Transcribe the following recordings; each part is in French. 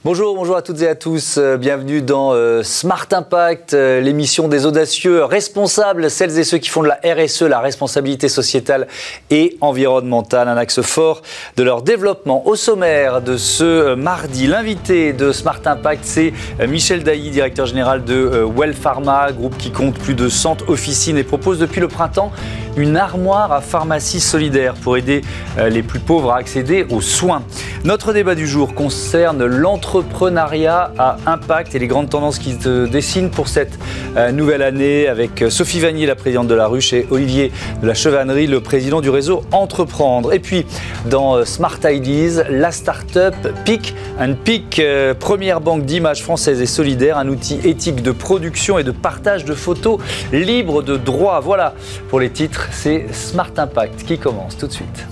Bonjour à toutes et à tous. Bienvenue dans Smart Impact, l'émission des audacieux responsables, celles et ceux qui font de la RSE, la responsabilité sociétale et environnementale, un axe fort de leur développement. Au sommaire de ce mardi, l'invité de Smart Impact, c'est Michel Dailly, directeur général de Well Pharma, groupe qui compte plus de 100 officines et propose depuis le printemps une armoire à pharmacie solidaire pour aider les plus pauvres à accéder aux soins. Notre débat du jour concerne l'entrepreneuriat à impact et les grandes tendances qui se dessinent pour cette nouvelle année avec Sophie Vanier, la présidente de la Ruche, et Olivier de la Chevannerie, le président du réseau Entreprendre. Et puis, dans Smart Ideas, la start-up Pick and Pick, première banque d'images française et solidaire, un outil éthique de production et de partage de photos libre de droit. Voilà pour les titres. C'est Smart Impact qui commence tout de suite.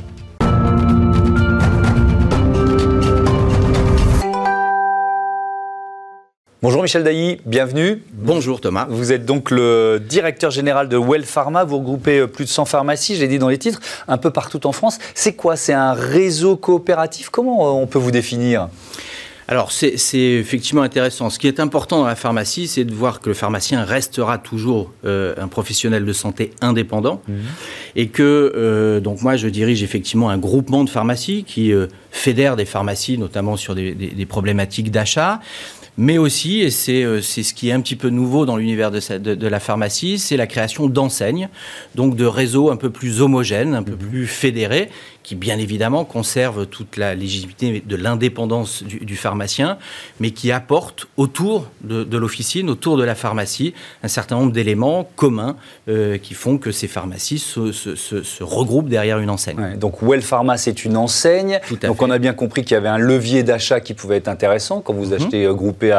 Bonjour Michel Dailly, bienvenue. Bonjour Thomas. Vous êtes donc le directeur général de Well Pharma, vous regroupez plus de 100 pharmacies, je l'ai dit dans les titres, un peu partout en France. C'est quoi? C'est un réseau coopératif? Comment on peut vous définir? Alors, c'est effectivement intéressant. Ce qui est important dans la pharmacie, c'est de voir que le pharmacien restera toujours un professionnel de santé indépendant. Et que, donc moi, je dirige effectivement un groupement de pharmacies qui fédère des pharmacies, notamment sur des problématiques d'achat. Mais aussi, et c'est ce qui est un petit peu nouveau dans l'univers de la pharmacie, c'est la création d'enseignes, donc de réseaux un peu plus homogènes, un peu plus fédérés, qui bien évidemment conservent toute la légitimité de l'indépendance du pharmacien, mais qui apportent autour de l'officine, autour de la pharmacie, un certain nombre d'éléments communs qui font que ces pharmacies se regroupent derrière une enseigne. Ouais, donc Well Pharma, c'est une enseigne. Donc on a bien compris qu'il y avait un levier d'achat qui pouvait être intéressant quand vous achetez groupé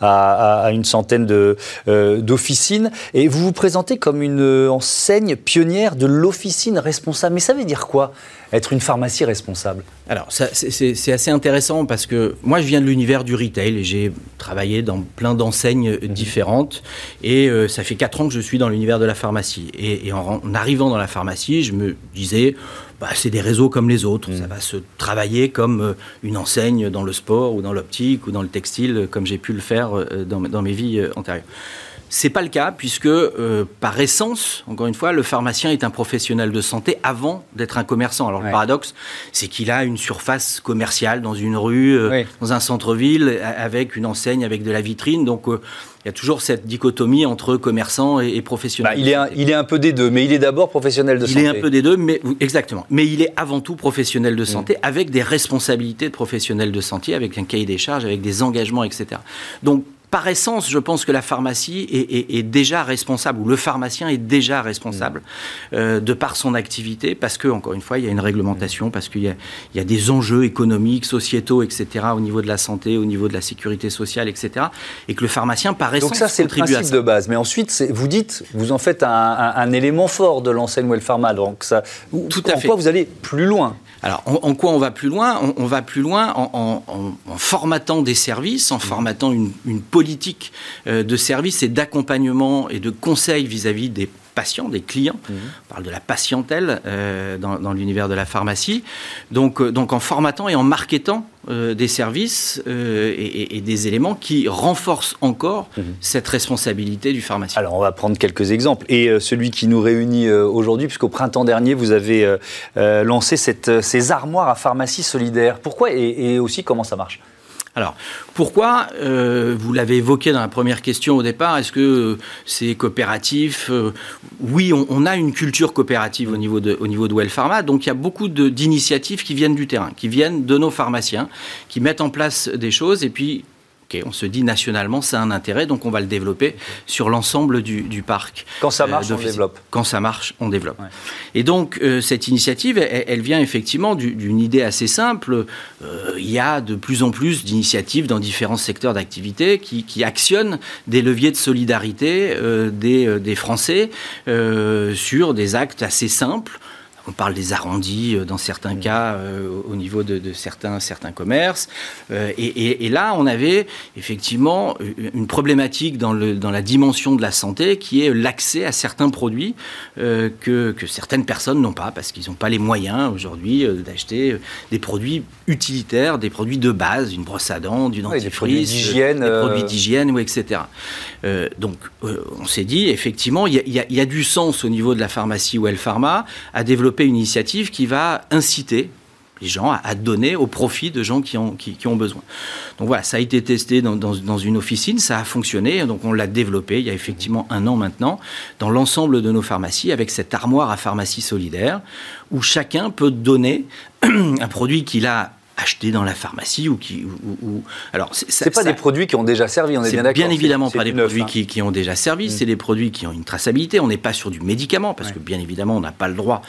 à une centaine d'officines. Et vous vous présentez comme une enseigne pionnière de l'officine responsable. Mais ça veut dire quoi, être une pharmacie responsable? Alors, c'est assez intéressant parce que moi, je viens de l'univers du retail et j'ai travaillé dans plein d'enseignes différentes. Et ça fait 4 ans que je suis dans l'univers de la pharmacie. Et en arrivant dans la pharmacie, je me disais, c'est des réseaux comme les autres. Ça va se travailler comme une enseigne dans le sport ou dans l'optique ou dans le textile, comme j'ai pu le faire dans mes vies antérieures. C'est pas le cas puisque, par essence, encore une fois, le pharmacien est un professionnel de santé avant d'être un commerçant. Alors, le paradoxe, c'est qu'il a une surface commerciale dans une rue, dans un centre-ville, avec une enseigne, avec de la vitrine. Donc, il y a toujours cette dichotomie entre commerçant et professionnel. Il est un peu des deux, mais il est d'abord professionnel de santé. Il est un peu des deux, exactement. Mais il est avant tout professionnel de santé, avec des responsabilités de professionnel de santé, avec un cahier des charges, avec des engagements, etc. Donc, par essence, je pense que la pharmacie est déjà responsable, ou le pharmacien est déjà responsable de par son activité, parce que, encore une fois, il y a une réglementation, parce qu'il y a des enjeux économiques, sociétaux, etc., au niveau de la santé, au niveau de la sécurité sociale, etc., et que le pharmacien, par essence, contribue à ça. Donc ça, c'est le principe de base. Mais ensuite, vous en faites un élément fort de l'enseigne Well Pharma. Donc ça, tout à fait. En quoi vous allez plus loin? Alors, en quoi on va plus loin? On va plus loin en formatant des services, en formatant une politique de service et d'accompagnement et de conseil vis-à-vis des patients, des clients. On parle de la patientèle dans l'univers de la pharmacie. Donc en formatant et en marketant des services et des éléments qui renforcent encore cette responsabilité du pharmacien. Alors, on va prendre quelques exemples. Et celui qui nous réunit aujourd'hui, puisqu'au printemps dernier, vous avez lancé ces armoires à pharmacie solidaire. Pourquoi et aussi comment ça marche? Alors, pourquoi vous l'avez évoqué dans la première question au départ, est-ce que c'est coopératif? Oui, on a une culture coopérative au niveau de Well Pharma, donc il y a beaucoup d'initiatives qui viennent du terrain, qui viennent de nos pharmaciens, qui mettent en place des choses, et puis on se dit nationalement, ça a un intérêt, donc on va le développer sur l'ensemble du parc. Quand ça marche, on développe. Quand ça marche, on développe. Ouais. Et donc, cette initiative, elle vient effectivement d'une idée assez simple. Il y a de plus en plus d'initiatives dans différents secteurs d'activité qui actionnent des leviers de solidarité des Français sur des actes assez simples. On parle des arrondis dans certains cas au niveau de certains commerces. Et là, on avait effectivement une problématique dans la dimension de la santé qui est l'accès à certains produits que certaines personnes n'ont pas parce qu'ils n'ont pas les moyens aujourd'hui d'acheter des produits utilitaires, des produits de base, une brosse à dents, du dentifrice, des produits d'hygiène, etc. Donc, on s'est dit, effectivement, il y a du sens au niveau de la pharmacie Well Pharma à développer une initiative qui va inciter les gens à donner au profit de gens qui ont besoin. Donc voilà, ça a été testé dans une officine, ça a fonctionné, donc on l'a développé il y a effectivement 1 an maintenant, dans l'ensemble de nos pharmacies, avec cette armoire à pharmacie solidaire, où chacun peut donner un produit qu'il a acheté dans la pharmacie alors c'est pas des produits qui ont déjà servi, on est bien d'accord. Bien évidemment pas des produits qui ont déjà servi, c'est des produits qui ont une traçabilité. On n'est pas sur du médicament parce que bien évidemment on n'a pas le droit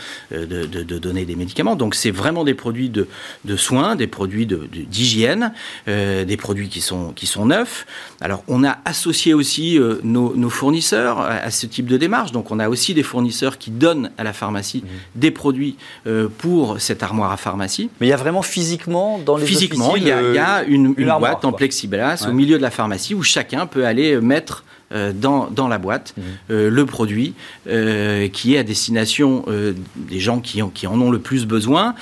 de donner des médicaments. Donc c'est vraiment des produits de soins, des produits d'hygiène, des produits qui sont neufs. Alors on a associé aussi nos fournisseurs à ce type de démarche. Donc on a aussi des fournisseurs qui donnent à la pharmacie des produits pour cette armoire à pharmacie. Mais il y a vraiment physiquement dans les Physiquement, il y a une boîte en plexiglas au milieu de la pharmacie où chacun peut aller mettre dans la boîte le produit qui est à destination des gens qui en ont le plus besoin.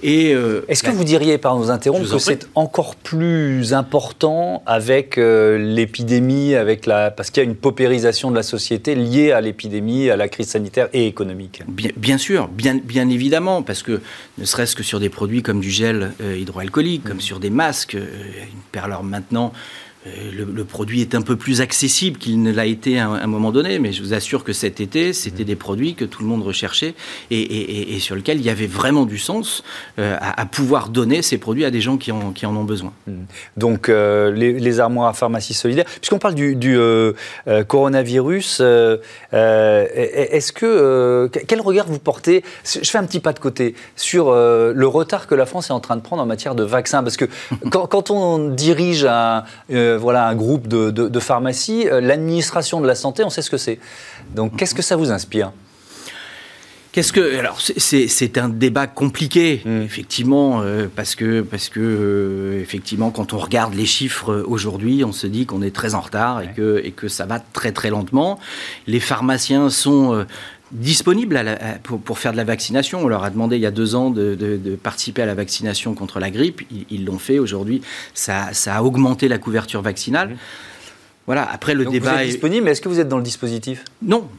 Est-ce que vous diriez, par nous interrompre, que c'est encore plus important avec l'épidémie, parce qu'il y a une paupérisation de la société liée à l'épidémie, à la crise sanitaire et économique? Bien sûr, bien évidemment, parce que ne serait-ce que sur des produits comme du gel hydroalcoolique, comme sur des masques, une perleur maintenant. Le produit est un peu plus accessible qu'il ne l'a été à un moment donné, mais je vous assure que cet été, c'était des produits que tout le monde recherchait et sur lesquels il y avait vraiment du sens à pouvoir donner ces produits à des gens qui en ont besoin. Donc, les armoires à pharmacie solidaire. Puisqu'on parle du coronavirus, est-ce que... quel regard vous portez? Je fais un petit pas de côté sur le retard que la France est en train de prendre en matière de vaccins. Parce que quand on dirige un groupe de pharmacies, l'administration de la santé, on sait ce que c'est. Donc, qu'est-ce que ça vous inspire? Alors, c'est un débat compliqué, effectivement, parce que effectivement, quand on regarde les chiffres aujourd'hui, on se dit qu'on est très en retard et que ça va très très lentement. Les pharmaciens sont disponibles pour faire de la vaccination. On leur a demandé il y a 2 ans de participer à la vaccination contre la grippe. Ils l'ont fait. Aujourd'hui, ça a augmenté la couverture vaccinale. Voilà, après le débat vous êtes disponible, mais est-ce que vous êtes dans le dispositif? Non,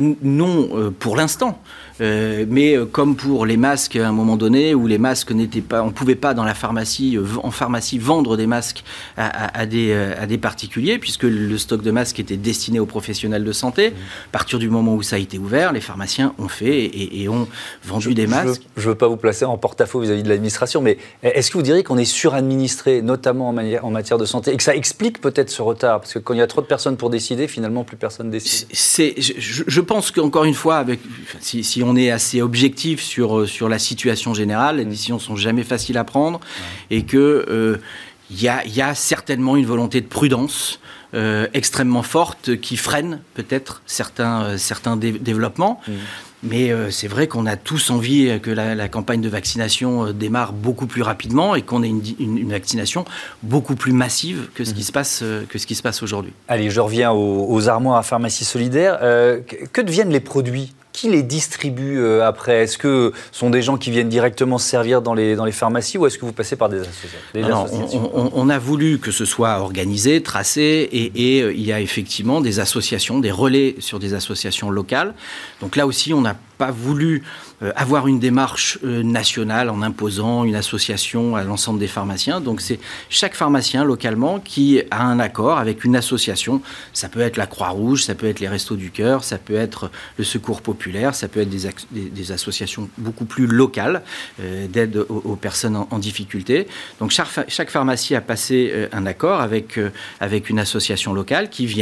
pour l'instant. Mais comme pour les masques à un moment donné, où les masques n'étaient pas, on ne pouvait pas dans la pharmacie, en pharmacie, vendre des masques à des particuliers, puisque le stock de masques était destiné aux professionnels de santé. À partir du moment où ça a été ouvert, les pharmaciens ont fait et ont vendu des masques. Je ne veux pas vous placer en porte-à-faux vis-à-vis de l'administration, mais est-ce que vous diriez qu'on est suradministré, notamment en matière de santé, et que ça explique peut-être ce retard? Parce que quand il y a trop de personnes pour décider, finalement, plus personne décide. Je pense qu'encore une fois, si on est assez objectif sur la situation générale, les décisions ne sont jamais faciles à prendre et qu'il y a certainement une volonté de prudence extrêmement forte qui freine peut-être certains développements. Mais c'est vrai qu'on a tous envie que la campagne de vaccination démarre beaucoup plus rapidement et qu'on ait une vaccination beaucoup plus massive que ce qui se passe aujourd'hui. Allez, je reviens aux armoires à pharmacie solidaire. Que deviennent les produits? Qui les distribue après? Est-ce que ce sont des gens qui viennent directement se servir dans les pharmacies ou est-ce que vous passez par des associations? On a voulu que ce soit organisé, tracé et il y a effectivement des associations, des relais sur des associations locales. Donc là aussi, on n'a pas voulu avoir une démarche nationale en imposant une association à l'ensemble des pharmaciens. Donc c'est chaque pharmacien localement qui a un accord avec une association. Ça peut être la Croix-Rouge, ça peut être les Restos du Cœur, ça peut être le Secours Populaire, ça peut être des associations beaucoup plus locales d'aide aux personnes en difficulté. Donc chaque pharmacie a passé un accord avec une association locale qui vient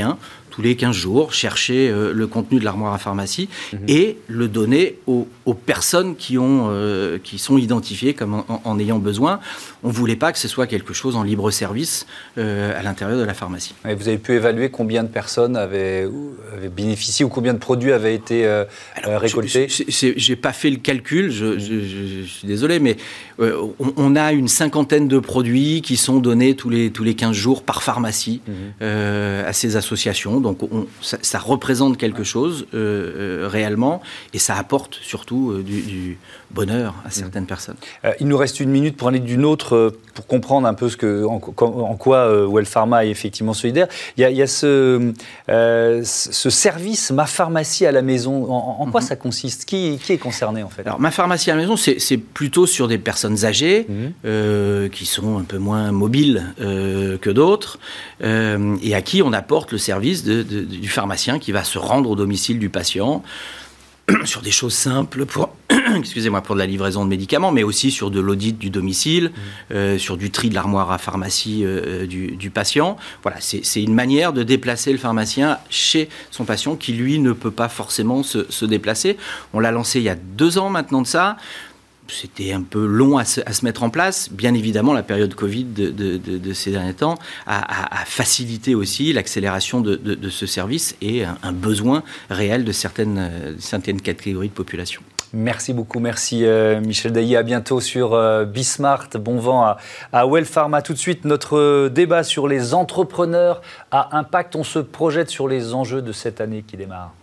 tous les 15 jours, chercher le contenu de l'armoire à pharmacie et le donner aux personnes qui sont identifiées comme en ayant besoin. On ne voulait pas que ce soit quelque chose en libre service à l'intérieur de la pharmacie. Et vous avez pu évaluer combien de personnes avaient bénéficié ou combien de produits avaient été récoltés? Je n'ai pas fait le calcul, je suis désolé, mais on a une cinquantaine de produits qui sont donnés tous les 15 jours par pharmacie à ces associations. Donc ça représente quelque chose réellement et ça apporte surtout du bonheur à certaines personnes. Il nous reste une minute pour aller d'une autre, pour comprendre un peu en quoi Well Pharma est effectivement solidaire. Il y a ce service Ma Pharmacie à la maison. En quoi ça consiste? Qui est concerné en fait? Alors Ma Pharmacie à la maison, c'est plutôt sur des personnes âgées qui sont un peu moins mobiles que d'autres et à qui on apporte le service du pharmacien qui va se rendre au domicile du patient sur des choses simples pour de la livraison de médicaments, mais aussi sur de l'audit du domicile, sur du tri de l'armoire à pharmacie du patient. Voilà, c'est une manière de déplacer le pharmacien chez son patient qui, lui, ne peut pas forcément se déplacer. On l'a lancé il y a 2 ans maintenant de ça. C'était un peu long à se mettre en place. Bien évidemment, la période Covid de ces derniers temps a facilité aussi l'accélération de ce service et un besoin réel de certaines catégories de population. Merci beaucoup, merci Michel Dailly. À bientôt sur Bismart. Bon vent à Well Pharma. Tout de suite, notre débat sur les entrepreneurs à impact. On se projette sur les enjeux de cette année qui démarre.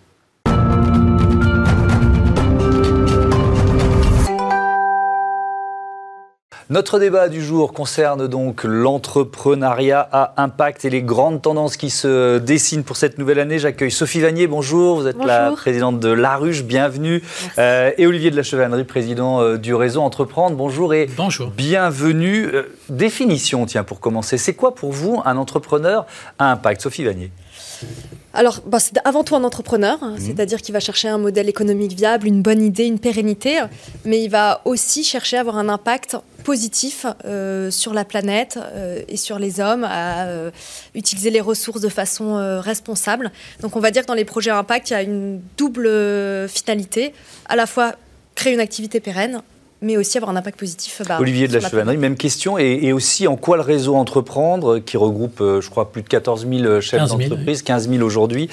Notre débat du jour concerne donc l'entrepreneuriat à impact et les grandes tendances qui se dessinent pour cette nouvelle année. J'accueille Sophie Vanier, bonjour, vous êtes la présidente de Laruche, bienvenue. Et Olivier de la Chevannerie, président du réseau Entreprendre, bonjour et bienvenue. Définition, tiens, pour commencer, c'est quoi pour vous un entrepreneur à impact? Sophie Vanier. Alors, c'est avant tout un entrepreneur, c'est-à-dire qu'il va chercher un modèle économique viable, une bonne idée, une pérennité, mais il va aussi chercher à avoir un impact positif sur la planète et sur les hommes, à utiliser les ressources de façon responsable. Donc on va dire que dans les projets à impact, il y a une double finalité, à la fois créer une activité pérenne, mais aussi avoir un impact positif. Olivier de la Chevannerie, même question. Et aussi, en quoi le réseau Entreprendre, qui regroupe, je crois, plus de 14 000 chefs d'entreprise, 15 000 aujourd'hui,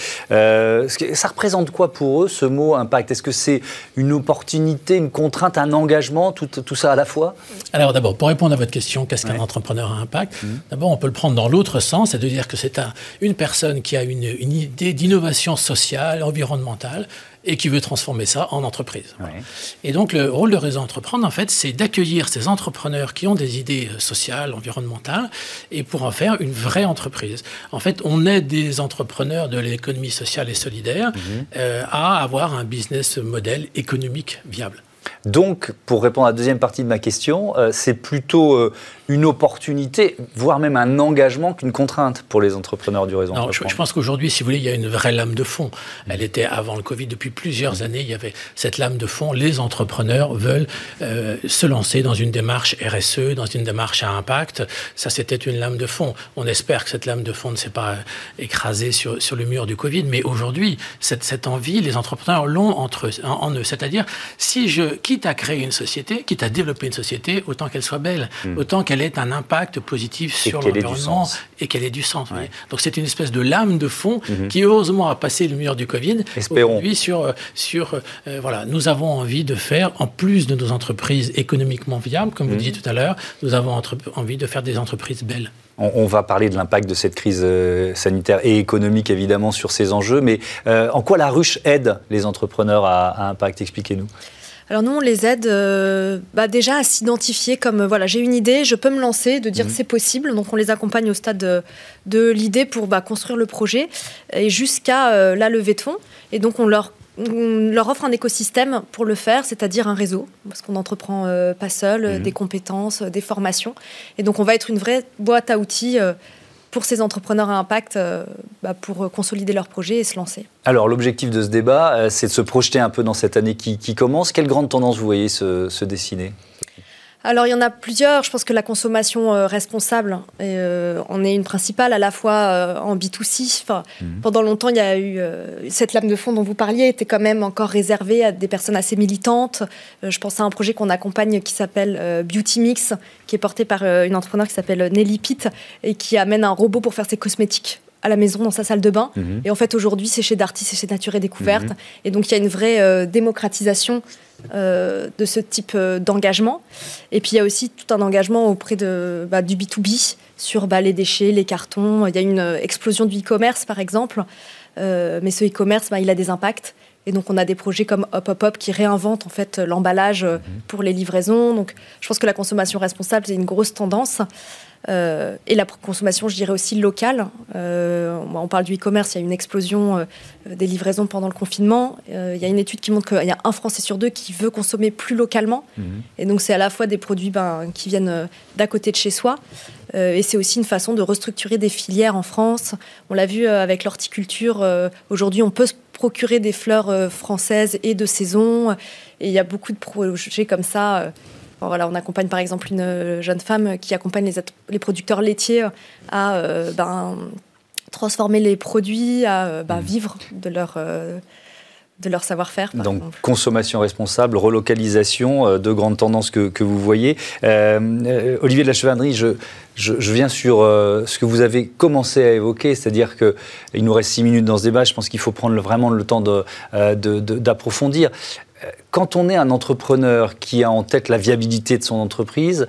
ça représente quoi pour eux, ce mot impact? Est-ce que c'est une opportunité, une contrainte, un engagement, tout ça à la fois? Alors d'abord, pour répondre à votre question, qu'est-ce qu'un entrepreneur à impact? D'abord, on peut le prendre dans l'autre sens, c'est-à-dire que c'est une personne qui a une idée d'innovation sociale, environnementale, et qui veut transformer ça en entreprise. Ouais. Et donc, le rôle de Réseau Entreprendre, en fait, c'est d'accueillir ces entrepreneurs qui ont des idées sociales, environnementales, et pour en faire une vraie entreprise. En fait, on aide des entrepreneurs de l'économie sociale et solidaire à avoir un business model économique viable. Donc, pour répondre à la deuxième partie de ma question, c'est plutôt une opportunité, voire même un engagement qu'une contrainte pour les entrepreneurs du réseau. Non, je pense qu'aujourd'hui, si vous voulez, il y a une vraie lame de fond. Elle était avant le Covid, depuis plusieurs années, il y avait cette lame de fond. Les entrepreneurs veulent se lancer dans une démarche RSE, dans une démarche à impact. Ça, c'était une lame de fond. On espère que cette lame de fond ne s'est pas écrasée sur le mur du Covid, mais aujourd'hui, cette envie, les entrepreneurs l'ont en eux. C'est-à-dire, si quitte à créer une société, quitte à développer une société, autant qu'elle soit belle, autant qu'elle ait un impact positif sur l'environnement et qu'elle ait du sens. Ouais. Donc c'est une espèce de lame de fond qui heureusement a passé le mur du Covid. Espérons. Aujourd'hui, voilà, nous avons envie de faire, en plus de nos entreprises économiquement viables, comme vous disiez tout à l'heure, nous avons envie de faire des entreprises belles. On va parler de l'impact de cette crise sanitaire et économique, évidemment, sur ces enjeux. Mais en quoi Laruche aide les entrepreneurs à impact? Expliquez-nous. Alors nous, on les aide déjà à s'identifier comme, voilà, j'ai une idée, je peux me lancer, de dire c'est possible. Donc on les accompagne au stade de l'idée pour construire le projet et jusqu'à la levée de fonds. Et donc on leur offre un écosystème pour le faire, c'est-à-dire un réseau, parce qu'on n'entreprend pas seul, des compétences, des formations. Et donc on va être une vraie boîte à outils pour ces entrepreneurs à impact, pour consolider leur projet et se lancer. Alors, l'objectif de ce débat, c'est de se projeter un peu dans cette année qui commence. Quelle grande tendance vous voyez se dessiner ? Alors, il y en a plusieurs. Je pense que la consommation responsable en est une principale, à la fois en B2C. Enfin, pendant longtemps, il y a eu cette lame de fond dont vous parliez, était quand même encore réservée à des personnes assez militantes. Je pense à un projet qu'on accompagne qui s'appelle Beauty Mix, qui est porté par une entrepreneure qui s'appelle Nelly Pitt et qui amène un robot pour faire ses cosmétiques à la maison, dans sa salle de bain. Et en fait, aujourd'hui, c'est chez Darty, c'est chez Nature et Découverte. Et donc, il y a une vraie démocratisation de ce type d'engagement. Et puis, il y a aussi tout un engagement auprès du B2B sur les déchets, les cartons. Il y a une explosion du e-commerce, par exemple. Mais ce e-commerce, il a des impacts. Et donc, on a des projets comme Hop Hop Hop qui réinventent en fait l'emballage pour les livraisons. Donc, je pense que la consommation responsable, c'est une grosse tendance. Et la consommation, je dirais aussi locale. On parle du e-commerce, il y a une explosion des livraisons pendant le confinement. Il y a une étude qui montre qu'il y a 1 Français sur 2 qui veut consommer plus localement. Et donc, c'est à la fois des produits qui viennent d'à côté de chez soi. Et c'est aussi une façon de restructurer des filières en France. On l'a vu avec l'horticulture. Aujourd'hui, on peut se procurer des fleurs françaises et de saison. Et il y a beaucoup de projets comme ça. Voilà, on accompagne par exemple une jeune femme qui accompagne les producteurs laitiers à transformer les produits, à vivre de leur savoir-faire. Donc, consommation responsable, relocalisation, deux grandes tendances que vous voyez. Olivier de la Chevalerie, je viens sur ce que vous avez commencé à évoquer, c'est-à-dire qu'il nous reste 6 minutes dans ce débat, je pense qu'il faut prendre vraiment le temps d'approfondir. Quand on est un entrepreneur qui a en tête la viabilité de son entreprise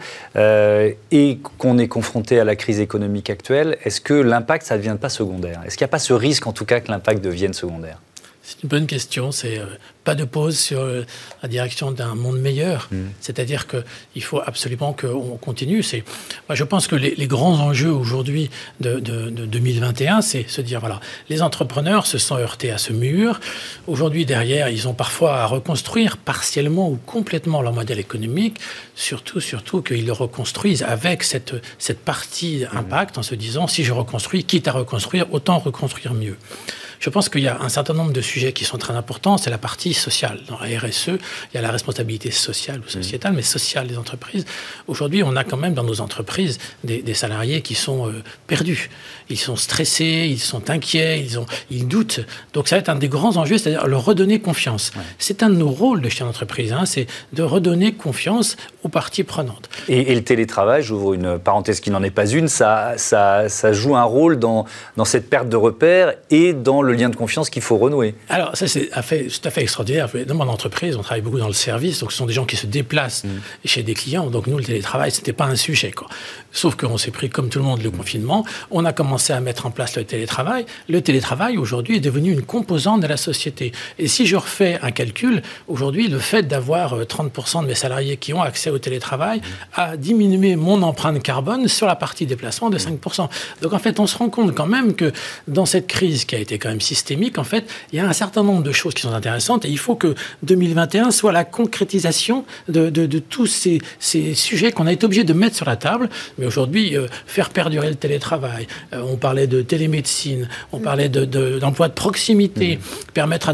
et qu'on est confronté à la crise économique actuelle, est-ce que l'impact, ça ne devient pas secondaire ? Est-ce qu'il n'y a pas ce risque, en tout cas, que l'impact devienne secondaire ? C'est une bonne question. C'est pas de pause sur la direction d'un monde meilleur. C'est-à-dire qu'il faut absolument qu'on continue. Moi, je pense que les grands enjeux aujourd'hui de 2021, c'est se dire, voilà, les entrepreneurs se sont heurtés à ce mur. Aujourd'hui, derrière, ils ont parfois à reconstruire partiellement ou complètement leur modèle économique. Surtout qu'ils le reconstruisent avec cette partie impact en se disant, si je reconstruis, quitte à reconstruire, autant reconstruire mieux. Je pense qu'il y a un certain nombre de sujets qui sont très importants. C'est la partie sociale. Dans la RSE, il y a la responsabilité sociale ou sociétale, mais sociale des entreprises. Aujourd'hui, on a quand même dans nos entreprises des salariés qui sont perdus. Ils sont stressés, ils sont inquiets, ils doutent. Donc ça va être un des grands enjeux, c'est-à-dire leur redonner confiance. Ouais. C'est un de nos rôles de chef d'entreprise, c'est de redonner confiance aux parties prenantes. Et le télétravail, j'ouvre une parenthèse qui n'en est pas une, ça joue un rôle dans cette perte de repères et dans le lien de confiance qu'il faut renouer. Alors ça, c'est tout à fait extraordinaire. Dans mon entreprise, on travaille beaucoup dans le service, donc ce sont des gens qui se déplacent chez des clients. Donc nous, le télétravail, c'était pas un sujet, quoi. Sauf qu'on s'est pris, comme tout le monde, le confinement. On a commencé à mettre en place le télétravail. Le télétravail, aujourd'hui, est devenu une composante de la société. Et si je refais un calcul, aujourd'hui, le fait d'avoir 30% de mes salariés qui ont accès au télétravail a diminué mon empreinte carbone sur la partie déplacement de 5%. Donc en fait, on se rend compte quand même que dans cette crise qui a été quand même systémique, en fait, il y a un certain nombre de choses qui sont intéressantes et il faut que 2021 soit la concrétisation de tous ces sujets qu'on a été obligé de mettre sur la table. Mais aujourd'hui, faire perdurer le télétravail, on parlait de télémédecine, on parlait d'emploi de proximité, permettre à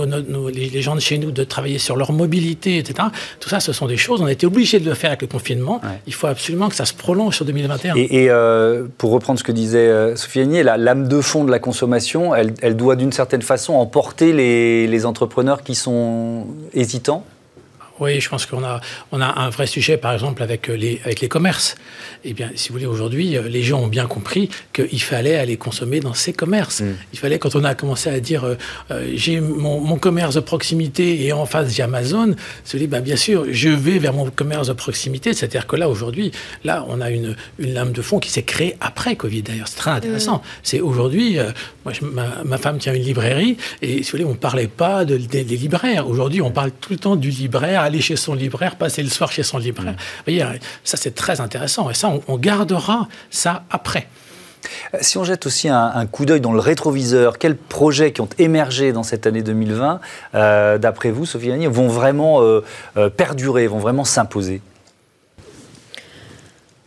les gens de chez nous de travailler sur leur mobilité, etc. Tout ça, ce sont des choses, on a été obligé de le faire avec le confinement. Ouais. Il faut absolument que ça se prolonge sur 2021. Et pour reprendre ce que disait Sophie Aigné, la lame de fond de la consommation, elle doit d'une certaine façon emporter les entrepreneurs qui sont hésitants ? Oui, je pense qu'on a un vrai sujet, par exemple, avec les commerces. Eh bien, si vous voulez, aujourd'hui, les gens ont bien compris qu'il fallait aller consommer dans ces commerces. Il fallait, quand on a commencé à dire j'ai mon commerce de proximité et en face j'ai Amazon, se dit, bien sûr, je vais vers mon commerce de proximité. C'est-à-dire que là, aujourd'hui, on a une lame de fond qui s'est créée après Covid, d'ailleurs. C'est très intéressant. C'est aujourd'hui, ma femme tient une librairie et, si vous voulez, on ne parlait pas des libraires. Aujourd'hui, on parle tout le temps du libraire, aller chez son libraire, passer le soir chez son libraire. Vous voyez, ça, c'est très intéressant. Et ça, on gardera ça après. Si on jette aussi un coup d'œil dans le rétroviseur, quels projets qui ont émergé dans cette année 2020, d'après vous, Sophie Aigné, vont vraiment perdurer, vont vraiment s'imposer ?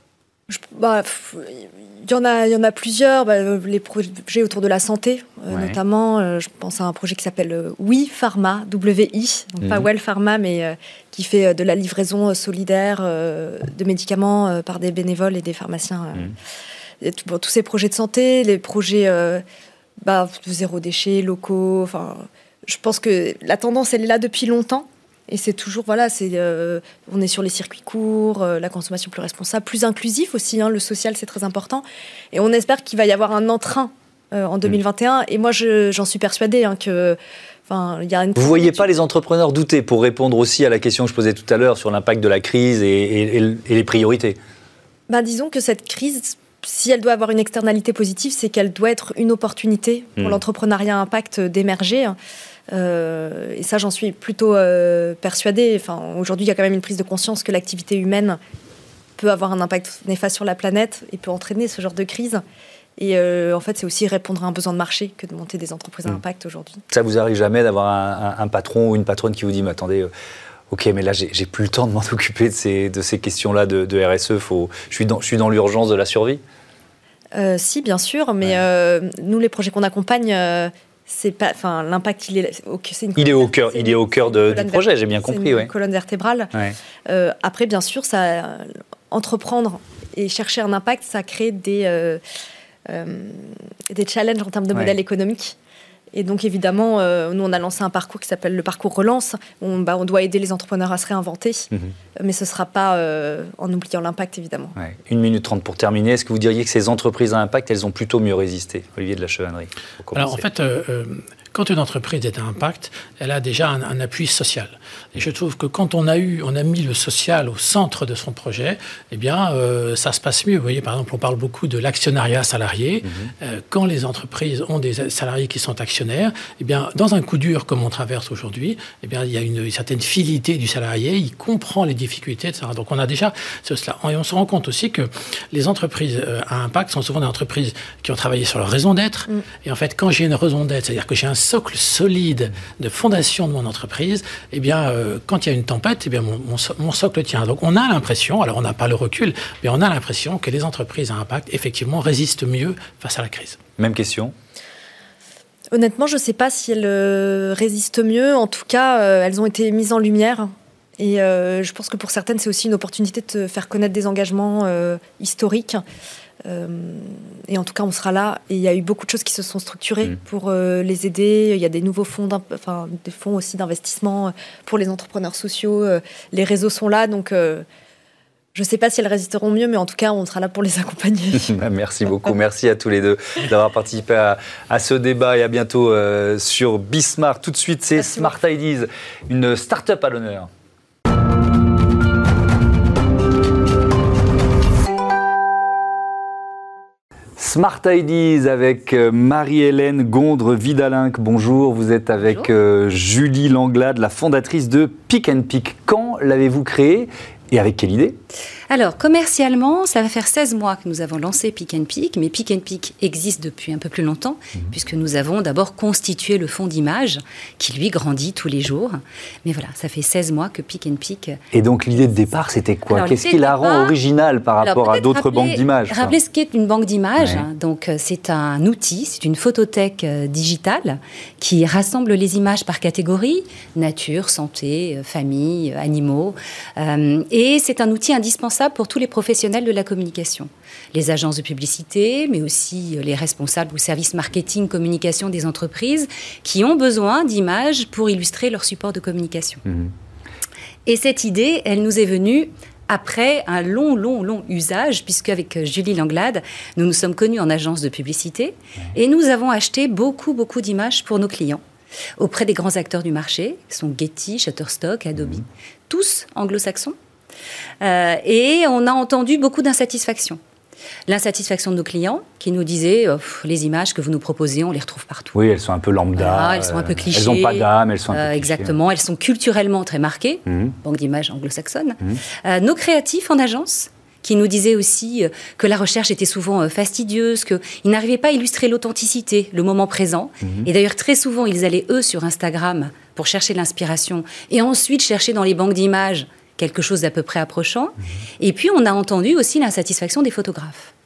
Il Il y en a plusieurs, les projets autour de la santé, notamment. Je pense à un projet qui s'appelle Oui Pharma, WI, donc pas Well Pharma, mais qui fait de la livraison solidaire de médicaments par des bénévoles et des pharmaciens. Tous ces projets de santé, les projets de zéro déchet, locaux. Je pense que la tendance, elle est là depuis longtemps. Et c'est toujours, on est sur les circuits courts, la consommation plus responsable, plus inclusif aussi, le social, c'est très important. Et on espère qu'il va y avoir un entrain en 2021. Et moi, j'en suis persuadée que... y a une... Vous ne voyez pas les entrepreneurs douter, pour répondre aussi à la question que je posais tout à l'heure sur l'impact de la crise et les priorités? Disons que cette crise, si elle doit avoir une externalité positive, c'est qu'elle doit être une opportunité pour l'entrepreneuriat à impact d'émerger. Et ça, j'en suis plutôt persuadée. Aujourd'hui, il y a quand même une prise de conscience que l'activité humaine peut avoir un impact néfaste sur la planète et peut entraîner ce genre de crise. Et en fait, c'est aussi répondre à un besoin de marché que de monter des entreprises à impact aujourd'hui. Ça vous arrive jamais d'avoir un patron ou une patronne qui vous dit « Mais attendez, ok, mais là, j'ai plus le temps de m'en occuper de ces questions-là de RSE. Je suis dans l'urgence de la survie ». Si, bien sûr, mais nous, les projets qu'on accompagne... c'est pas, l'impact, il est au cœur du projet, j'ai bien compris. C'est une colonne vertébrale. Après, bien sûr, entreprendre et chercher un impact, ça crée des challenges en termes de modèle économique. Et donc, évidemment, nous, on a lancé un parcours qui s'appelle le parcours Relance. On doit aider les entrepreneurs à se réinventer, mais ce ne sera pas en oubliant l'impact, évidemment. 1 minute 30 pour terminer. Est-ce que vous diriez que ces entreprises à impact, elles ont plutôt mieux résisté, Olivier de la Chevannerie? Alors, en fait, quand une entreprise est à impact, elle a déjà un appui social. Et je trouve que quand on a mis le social au centre de son projet, eh bien, ça se passe mieux. Vous voyez, par exemple, on parle beaucoup de l'actionnariat salarié. Quand les entreprises ont des salariés qui sont actionnaires, eh bien, dans un coup dur comme on traverse aujourd'hui, eh bien, il y a une certaine fidélité du salarié. Il comprend les difficultés, etc. Donc, on a déjà cela. Et on se rend compte aussi que les entreprises à impact sont souvent des entreprises qui ont travaillé sur leur raison d'être. Et en fait, quand j'ai une raison d'être, c'est-à-dire que j'ai un socle solide de fondation de mon entreprise, eh bien, quand il y a une tempête, eh bien, mon socle tient. Donc, on a l'impression, alors on n'a pas le recul, mais on a l'impression que les entreprises à impact, effectivement, résistent mieux face à la crise. Même question. Honnêtement, je ne sais pas si elles résistent mieux. En tout cas, elles ont été mises en lumière. Et je pense que pour certaines, c'est aussi une opportunité de faire connaître des engagements historiques. Et en tout cas, on sera là. Et il y a eu beaucoup de choses qui se sont structurées pour les aider. Il y a des nouveaux fonds, des fonds aussi d'investissement pour les entrepreneurs sociaux. Les réseaux sont là, donc je ne sais pas si elles résisteront mieux, mais en tout cas, on sera là pour les accompagner. Merci beaucoup. Merci à tous les deux d'avoir participé à ce débat et à bientôt sur Bismart. Tout de suite, c'est Smart Ideas, une start-up à l'honneur. Smart Ideas avec Marie-Hélène Gondre-Vidalinck. Bonjour, vous êtes avec Julie Langlade, la fondatrice de Pick & Pick. Quand l'avez-vous créé et avec quelle idée ? Alors, commercialement, ça va faire 16 mois que nous avons lancé Pick & Pick, mais Pick & Pick existe depuis un peu plus longtemps, puisque nous avons d'abord constitué le fonds d'image, qui lui grandit tous les jours. Mais voilà, ça fait 16 mois que Pick & Pick... Et donc, l'idée de départ, c'était quoi ? Alors, qu'est-ce qui la rend originale par rapport à d'autres banques d'images ? Rappelez ce qu'est une banque d'images. Ouais. Donc, c'est un outil, c'est une photothèque digitale qui rassemble les images par catégorie, nature, santé, famille, animaux. Et c'est un outil indispensable pour tous les professionnels de la communication. Les agences de publicité, mais aussi les responsables ou services marketing, communication des entreprises qui ont besoin d'images pour illustrer leur support de communication. Et cette idée, elle nous est venue après un long usage, puisque avec Julie Langlade, nous nous sommes connus en agence de publicité et nous avons acheté beaucoup d'images pour nos clients auprès des grands acteurs du marché, qui sont Getty, Shutterstock, Adobe, tous anglo-saxons. Et on a entendu beaucoup d'insatisfaction. L'insatisfaction de nos clients qui nous disaient les images que vous nous proposez, on les retrouve partout. Oui, elles sont un peu lambda. Elles sont un peu clichés. Elles n'ont pas d'âme, elles sont un peu exactement, elles sont culturellement très marquées. Banque d'images anglo-saxonne. Nos créatifs en agence qui nous disaient aussi que la recherche était souvent fastidieuse, qu'ils n'arrivaient pas à illustrer l'authenticité, le moment présent. Et d'ailleurs, très souvent, ils allaient, eux, sur Instagram pour chercher l'inspiration et ensuite chercher dans les banques d'images quelque chose d'à peu près approchant. Et puis, on a entendu aussi l'insatisfaction des photographes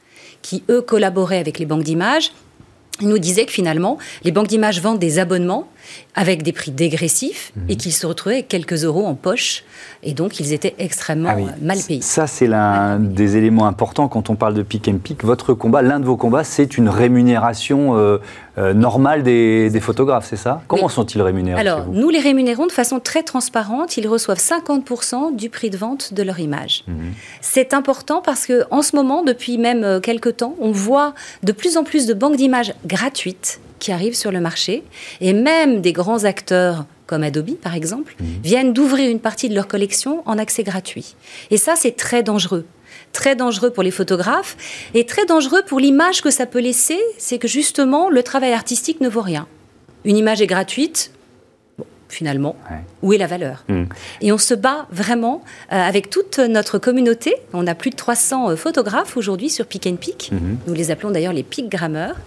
qui, eux, collaboraient avec les banques d'images, ils nous disaient que finalement, les banques d'images vendent des abonnements avec des prix dégressifs et qu'ils se retrouvaient avec quelques euros en poche. Et donc, ils étaient extrêmement mal payés. Ça, c'est l'un des éléments importants quand on parle de Pick and Pick. Votre combat, l'un de vos combats, c'est une rémunération normale des photographes, c'est ça? Comment sont-ils rémunérés? Alors, nous les rémunérons de façon très transparente. Ils reçoivent 50% du prix de vente de leur image. C'est important parce qu'en ce moment, depuis même quelques temps, on voit de plus en plus de banques d'images gratuites qui arrivent sur le marché, et même des grands acteurs comme Adobe par exemple, viennent d'ouvrir une partie de leur collection en accès gratuit. Et ça, c'est très dangereux. Très dangereux pour les photographes et très dangereux pour l'image que ça peut laisser, c'est que justement, le travail artistique ne vaut rien. Une image est gratuite, finalement, où est la valeur? Et on se bat vraiment avec toute notre communauté. On a plus de 300 photographes aujourd'hui sur Pick and Pick. Nous les appelons d'ailleurs les pickgrammeurs.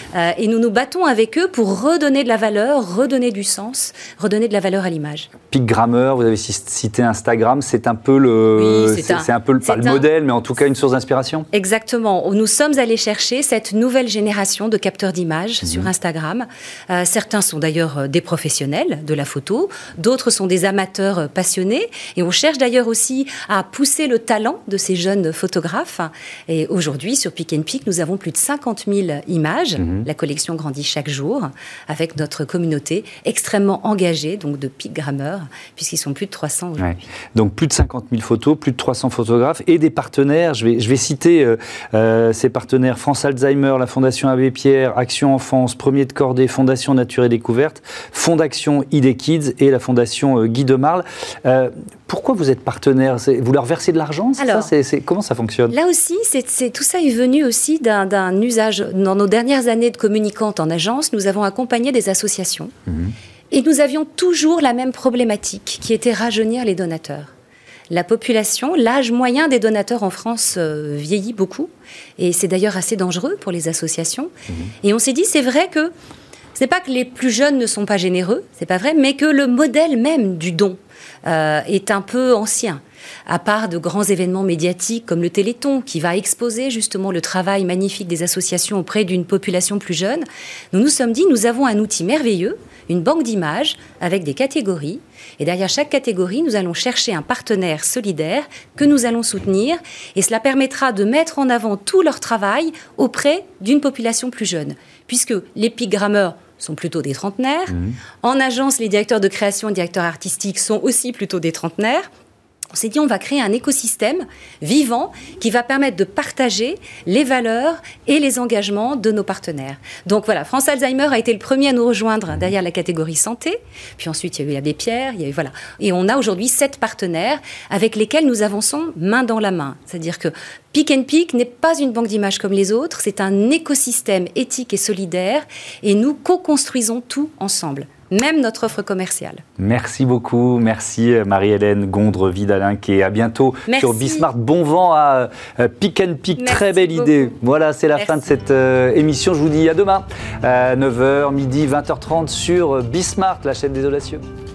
Et nous nous battons avec eux pour redonner de la valeur, redonner du sens, redonner de la valeur à l'image. Pickgrammeur, vous avez cité Instagram, c'est un peu le, c'est un peu pas le modèle, mais en tout cas une source d'inspiration. Exactement. Nous sommes allés chercher cette nouvelle génération de capteurs d'images sur Instagram. Certains sont d'ailleurs des professionnels de la photo, d'autres sont des amateurs passionnés. Et on cherche d'ailleurs aussi à pousser le talent de ces jeunes photographes. Et aujourd'hui, sur Pick and Pick, nous avons plus de 50 000 images. La collection grandit chaque jour avec notre communauté extrêmement engagée, donc de pickgrammeurs, puisqu'ils sont plus de 300 aujourd'hui. Donc plus de 50 000 photos, plus de 300 photographes et des partenaires. Je vais citer ces partenaires: France Alzheimer, la Fondation Abbé Pierre, Action Enfance, Premier de Cordée, Fondation Nature et Découverte, Fondation ID Kids et la Fondation Guy de Marle. Pourquoi vous êtes partenaire? Vous leur versez de l'argent? Comment ça fonctionne? Là aussi, tout ça est venu aussi d'un usage. Dans nos dernières années de communicantes en agence, nous avons accompagné des associations. Et nous avions toujours la même problématique, qui était rajeunir les donateurs. La population, l'âge moyen des donateurs en France vieillit beaucoup. Et c'est d'ailleurs assez dangereux pour les associations. Et on s'est dit, c'est vrai que ce n'est pas que les plus jeunes ne sont pas généreux, c'est pas vrai, mais que le modèle même du don est un peu ancien. À part de grands événements médiatiques comme le Téléthon, qui va exposer justement le travail magnifique des associations auprès d'une population plus jeune, nous nous sommes dit, nous avons un outil merveilleux, une banque d'images avec des catégories. Et derrière chaque catégorie, nous allons chercher un partenaire solidaire que nous allons soutenir. Et cela permettra de mettre en avant tout leur travail auprès d'une population plus jeune. Puisque les pickgrammeurs sont plutôt des trentenaires. En agence, les directeurs de création et directeurs artistiques sont aussi plutôt des trentenaires. On s'est dit, on va créer un écosystème vivant qui va permettre de partager les valeurs et les engagements de nos partenaires. Donc voilà, France Alzheimer a été le premier à nous rejoindre derrière la catégorie santé. Puis ensuite, il y a eu l'Abbé Pierre. Voilà. Et on a aujourd'hui 7 partenaires avec lesquels nous avançons main dans la main. C'est-à-dire que Pick and Pick n'est pas une banque d'images comme les autres. C'est un écosystème éthique et solidaire. Et nous co-construisons tout ensemble. Même notre offre commerciale. Merci beaucoup. Merci Marie-Hélène Gondre-Vidalin, et à bientôt sur Bismart. Bon vent à Pick and Pick. Merci, très belle idée. Voilà, c'est la fin de cette émission. Je vous dis à demain, 9h, midi, 20h30 sur Bismart, la chaîne des audacieux.